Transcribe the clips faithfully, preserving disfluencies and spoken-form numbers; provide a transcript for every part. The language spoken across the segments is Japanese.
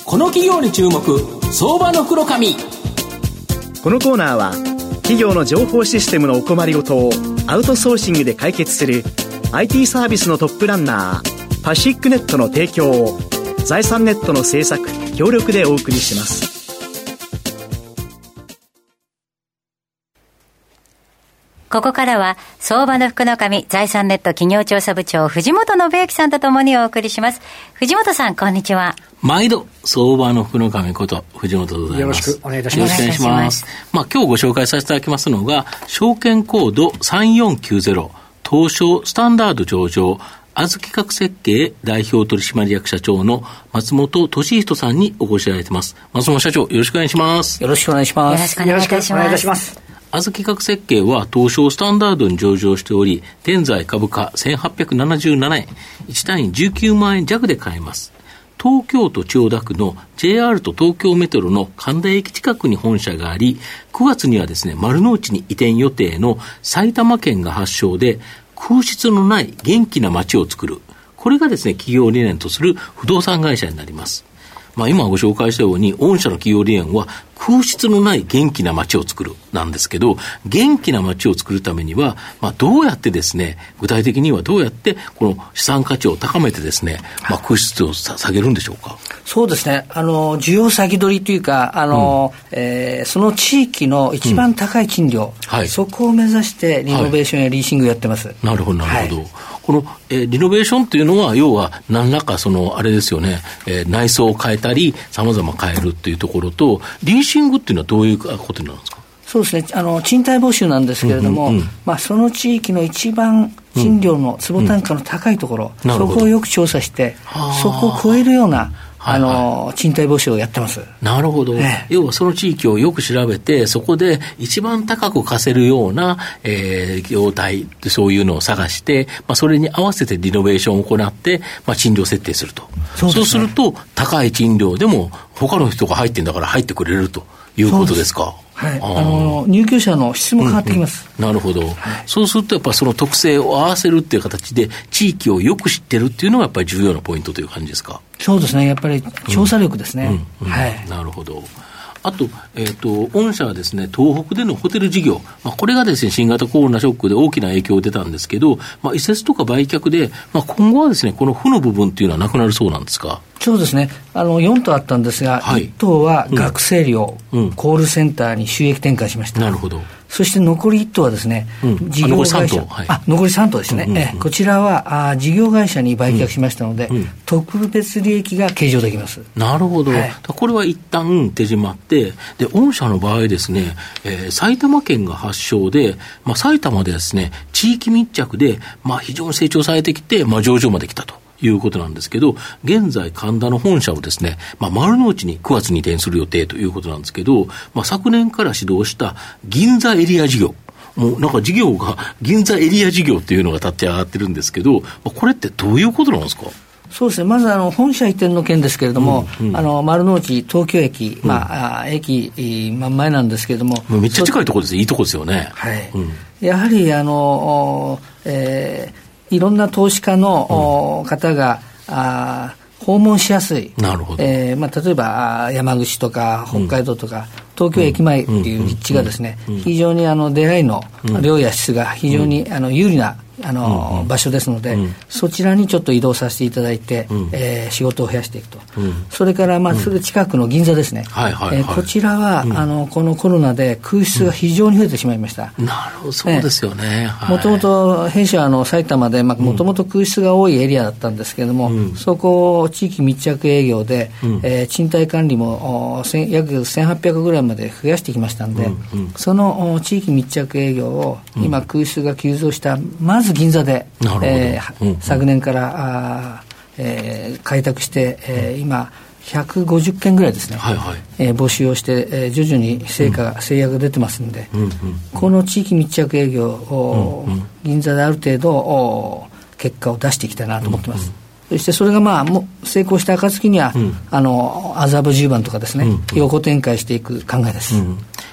この企業に注目、相場の福の神。 このコーナーは企業の情報システムのお困りごとをアウトソーシングで解決する アイティー サービスのトップランナーパシックネットの提供を財産ネットの制作協力でお送りします。 ここからは相場の福の神財産ネット企業調査部長藤本信之さんとともにお送りします。藤本さん、こんにちは。 毎度相場の福の神こと藤本でございます。 よろしくお願いいたします。 よろしくお願いします。まあ、今日ご紹介させていただきますのが証券コードさんよんきゅうゼロ東証スタンダード上場あずき企画設計代表取締役社長の松本俊人さんにお越しいただいています。松本社長、よろしくお願いします。 よろしくお願いします。 よろしくお願いいたします。よろしくお願いいたします。 あずき企画設計は東証スタンダードに上場しており、現在株価せんはっぴゃくななじゅうななえん、いち単位じゅうきゅうまんえん弱で買えます。東京都千代田区の ジェイアール と東京メトロの神田駅近くに本社があり、くがつにはですね、丸の内に移転予定の埼玉県が発祥で、空室のない元気な街を作る。これがですね、企業理念とする不動産会社になります。まあ、今ご紹介したように御社の企業理念は空室のない元気な街を作るなんですけど、元気な街を作るためには、まあ、どうやってですね、具体的にはどうやってこの資産価値を高めてですね、まあ、空室を下げるんでしょうか。 そうですね、あの需要先取りというか、あの、うんえー、その地域の一番高い賃料、うんはい、そこを目指してリノベーションやリーシングやってます、はい、 なるほどなるほど、はい、この、えー、リノベーションっていうのは要は何らかそのあれですよね、えー、内装を変えたり様々変えるっていうところと、リーシングっていうのはどういうことなんですか。 そうですね、あの賃貸募集なんですけれども、うんうんうんまあ、その地域の一番賃料の坪単価の高いところ、うんうん、そこをよく調査してそこを超えるようなあの、はいはい、賃貸募集をやってます。 なるほど、ええ、要はその地域をよく調べてそこで一番高く貸せるような、えー、業態そういうのを探して、まあ、それに合わせてリノベーションを行って、まあ、賃料設定すると。 そうですね、そうすると高い賃料でも他の人が入ってんだから入ってくれるということですか。 はい、あの入居者の質も変わってきます、 うんうん、なるほど、はい、そうするとやっぱりその特性を合わせるっていう形で地域をよく知ってるっていうのがやっぱり重要なポイントという感じですか。 そうですね、やっぱり調査力ですね、 うんうんうんはい、なるほど。あと、えっと、御社はですね、東北でのホテル事業、まあ、これがですね、新型コロナショックで大きな影響が出たんですけど、まあ、移設とか売却で、まあ、今後はですね、この負の部分っていうのはなくなるそうなんですか。 そうですね、あのよん棟あったんですが、はい、いっ棟は学生寮、うん、コールセンターに収益転換しました。 なるほど。 そして残りいっ棟はですね、うん、事業会社、 あ、残りさん棟、はい、 あ、残りさん棟ですね、うんうんうん、えこちらはあ事業会社に売却しましたので、うんうん、特別利益が計上できます。 なるほど、はい、これは一旦手締まって、で御社の場合ですね、えー、埼玉県が発祥で、まあ、埼玉でですね地域密着で、まあ、非常に成長されてきて、まあ、上場まで来たということなんですけど、現在神田の本社をですね、まあ、丸の内にくがつに移転する予定ということなんですけど、まあ、昨年から始動した銀座エリア事業、もうなんか事業が銀座エリア事業っていうのが立ち上がってるんですけど、まあ、これってどういうことなんですか。 そうですね、まずあの本社移転の件ですけれども、うんうん、あの丸の内東京駅、うんまあ、駅真ん前なんですけれども、 めっちゃ近いところです。いいところですよね。 はいうん、やはりあの、えーいろんな投資家の、うん、方があ訪問しやすい。 なるほど。 えーまあ、例えば山口とか北海道とか、うん、東京駅前っていう立地がですね、非常にあの出会いの量や質が非常に、うん、あの有利なあの、うんうん、場所ですので、うん、そちらにちょっと移動させていただいて、うんえー、仕事を増やしていくと、うん、それから、まあ、すぐ近くの銀座ですね、うんはいはいはいえー、こちらは、うん、あのこのコロナで空室が非常に増えてしまいました、 うん、なるほど、そうですよね。 もともと弊社はあの埼玉でもともと空室が多いエリアだったんですけれども、うん、そこを地域密着営業で、うんえー、賃貸管理も約せんはっぴゃくぐらいまで増やしてきましたんで、うんうん、その地域密着営業を、うん、今空室が急増したまず銀座でえーうんうん、昨年からあ、えー、開拓して、えー、今ひゃくごじゅっけんぐらいですね、はいはいえー、募集をして、えー、徐々に成果、うん、制約が出てますんで、うんうんうん、この地域密着営業を、うんうん、銀座である程度結果を出していきたいなと思ってます、うんうん、そしてそれがまあも成功した暁には、うん、あの麻布十番とかですね、うんうん、横展開していく考えです、 うん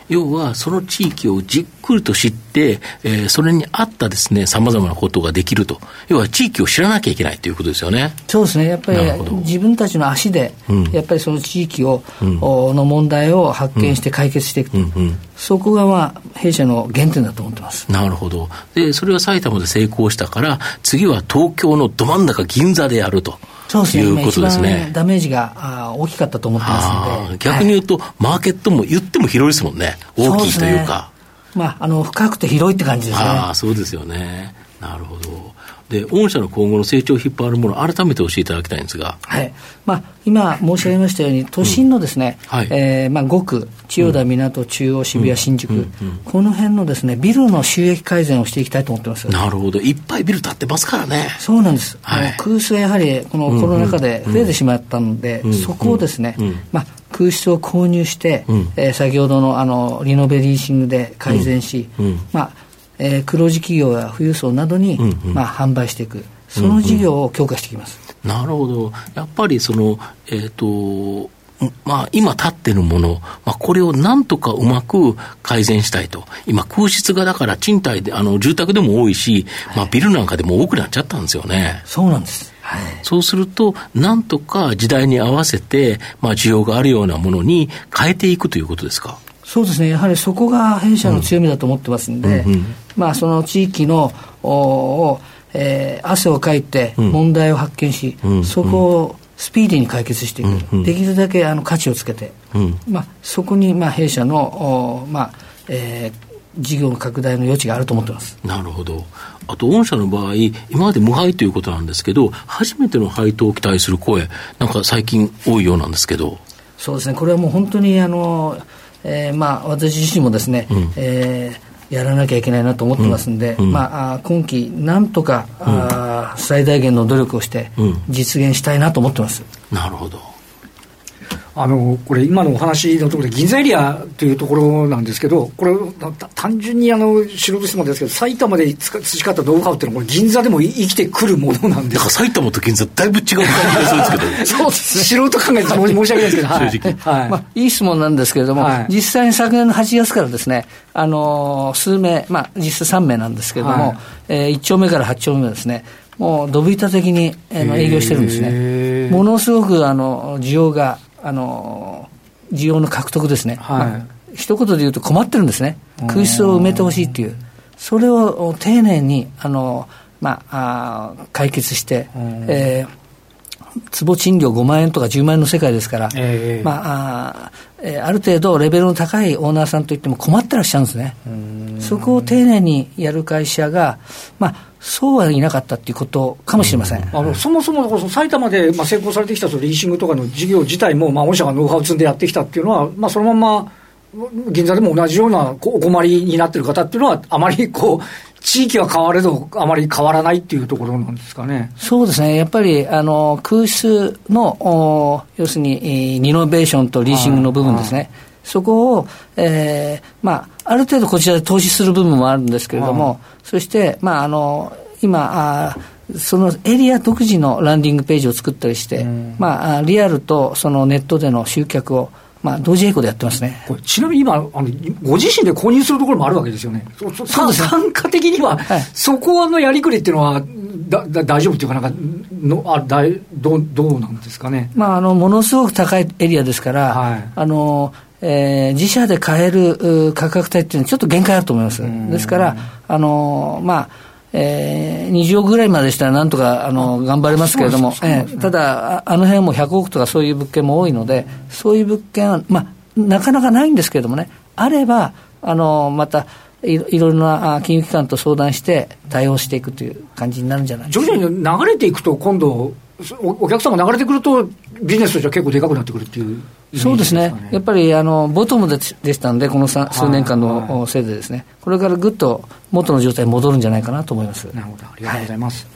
要はその地域をじっくりと知って、えー、それに合ったですね、様々なことができると。要は地域を知らなきゃいけないということですよね。 そうですね。やっぱり自分たちの足で、うん、やっぱりその地域を、うん、の問題を発見して解決していくと。うんうんうん、そこがまあ弊社の原点だと思ってます。 なるほど。で、それは埼玉で成功したから、次は東京のど真ん中銀座でやると。 そうですね、 いうことですね。 一番ダメージが大きかったと思ってますので、 逆に言うと、はい、マーケットも言っても広いですもんね。大きいというか。 うね、まあ、あの深くて広いって感じですね。 ああ、そうですよね。なるほど。で、御社の今後の成長を引っ張るもの、改めて教えていただきたいんですが、 はい、まあ、今申し上げましたように、都心のですね、うん、はい、えーまあ、ご区、千代田、港、中央、渋谷、新宿、うんうんうん、この辺のですね、ビルの収益改善をしていきたいと思ってます。 なるほど。いっぱいビル建ってますからね。 そうなんです。はい、空室がやはりこのコロナ禍で増えてしまったので、うんうんうん、そこをですね、うんうん、まあ、空室を購入して、うん、えー、先ほどのあのリノベリーシングで改善し、うんうん、まあ、えー、黒字企業や富裕層などに、うんうん、まあ、販売していく、その事業を強化していきます。 うんうん、なるほど。やっぱりその、えーとまあ、今立っているもの、まあ、これをなんとかうまく改善したいと。今空室がだから賃貸で、あの住宅でも多いし、はい、まあ、ビルなんかでも多くなっちゃったんですよね。 そうなんです。はい、 そうするとなんとか時代に合わせて、まあ、需要があるようなものに変えていくということですか。 そうですね。やはりそこが弊社の強みだと思ってますんで、うんうんうん、まあ、その地域のおえー、汗をかいて問題を発見し、うん、そこをスピーディーに解決していく、うんうん、できるだけあの価値をつけて、うん、まあ、そこにまあ弊社の、まあえー、事業の拡大の余地があると思ってます。 なるほど。あと御社の場合、今まで無配ということなんですけど、初めての配当を期待する声、なんか最近多いようなんですけど。 そうですね。これはもう本当にあの、えー、まあ私自身もですね、うん、えーやらなきゃいけないなと思ってますんで、うんうん、まあ、今期なんとか、うん、あ最大限の努力をして実現したいなと思ってます。 うん、なるほど。 あのこれ今のお話のところで銀座エリアというところなんですけど、これ単純にあの素人質問ですけど、埼玉で培ったノウハウっていうのはこれ銀座でも生きてくるものなんですか。 埼玉と銀座だいぶ違う感じがするんですけどそうですね、素人考えて申し訳ないですけど、はい、 正直、はい、まあ、いい質問なんですけれども、はい、実際に昨年のはちがつからですね、あのー、数名、まあ、実質さんめいなんですけれども、はい、えー、いっ丁目からはち丁目はですね、もうドブ板的に、えー、営業してるんですね。ものすごくあの需要があの需要の獲得ですね、はい、まあ、一言で言うと困ってるんですね。空室を埋めてほしいっていう、それを丁寧にあの、まあ、あ解決して、えー、坪賃料ごまんえんとかじゅうまんえんの世界ですから、えーまあ、あ, えー、ある程度レベルの高いオーナーさんといっても困ってらっしゃるんですね。そこを丁寧にやる会社が、まあ、そうはいなかったということかもしれません。 うん、あのそもそも埼玉で、まあ、成功されてきたリーシングとかの事業自体も、まあ、御社がノウハウを積んでやってきたっていうのは、まあ、そのまま銀座でも同じようなお困りになっている方っていうのはあまりこう地域は変われどあまり変わらないっていうところなんですかね。 そうですね。やっぱりあの空室の要するにリノベーションとリーシングの部分ですね、そこを、えーまあ、ある程度こちらで投資する部分もあるんですけれども、そして、まあ、あの今あそのエリア独自のランディングページを作ったりして、まあ、リアルとそのネットでの集客をまあ、同時並行でやってますね。 これちなみに今あのご自身で購入するところもあるわけですよね。そそそうですね。単価的には、はい、そこのやりくりっていうのはだだ大丈夫っていうかなんかのあだいどうどうなんですかね。 まあ、あのものすごく高いエリアですから、はい、あのえー、自社で買える価格帯っていうのはちょっと限界あると思います。ですからあのまあえー、にじゅうおくぐらいまでしたらなんとかあの頑張れますけれども、えー、ただあの辺もひゃくおくとかそういう物件も多いので、そういう物件は、まあ、なかなかないんですけれどもね、あればあのまたいろいろな金融機関と相談して対応していくという感じになるんじゃないですか。 徐々に流れていくと今度 お, お客さんが流れてくるとビジネスとしては結構でかくなってくるっていう、ね、 そうですね。やっぱりあのボトム で, でしたのでこの数年間のせいでですね、これからぐっと元の状態に戻るんじゃないかなと思います。 なるほど、ありがとうございます。 はい、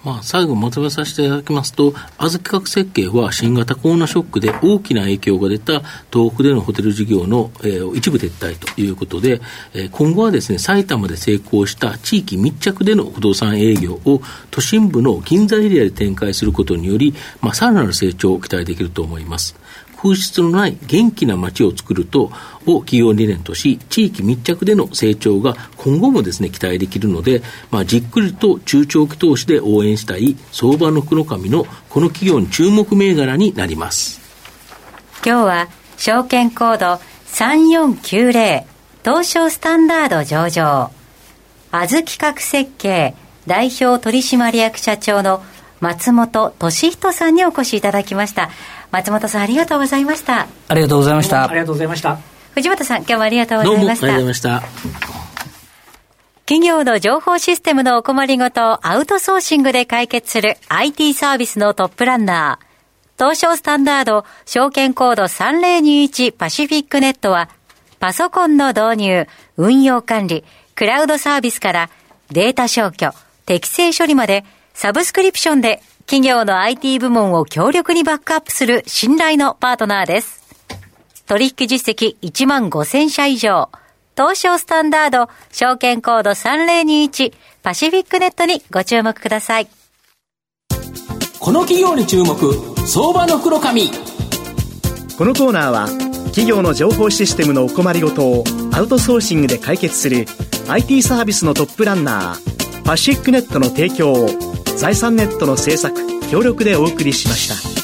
まあ、最後まとめさせていただきますと、あずき企画設計は新型コロナショックで大きな影響が出た東北でのホテル事業の、えー、一部撤退ということで、えー、今後はですね、埼玉で成功した地域密着での不動産営業を都心部の銀座エリアで展開することにより、まあ、さらなる成長を期待できると思います。 風湿のない元気な街を作るとを企業理念とし、地域密着での成長が今後もですね期待できるので、まあ、じっくりと中長期投資で応援したい相場の福の神のこの企業に注目銘柄になります。 今日は証券コードさんよんきゅうゼロ東証スタンダード上場あず企画設計代表取締役社長の松本俊人さんにお越しいただきました。松本さん、ありがとうございました。 ありがとうございました。 ありがとうございました。 藤本さん、今日もありがとうございました。 どうもありがとうございました。 企業の情報システムのお困りごとをアウトソーシングで解決する アイティー サービスのトップランナー、東証スタンダード証券コードさんぜろにいちパシフィックネットは、パソコンの導入、運用管理、クラウドサービスからデータ消去、適正処理までサブスクリプションで企業の アイティー 部門を強力にバックアップする信頼のパートナーです。取引実績いちまんごせんしゃ以上、東証スタンダード証券コードさんぜろにいちパシフィックネットにご注目ください。 この企業に注目、相場の福の神。 このコーナーは企業の情報システムのお困りごとをアウトソーシングで解決する アイティー サービスのトップランナーパシフィックネットの提供を財産ネットの制作協力でお送りしました。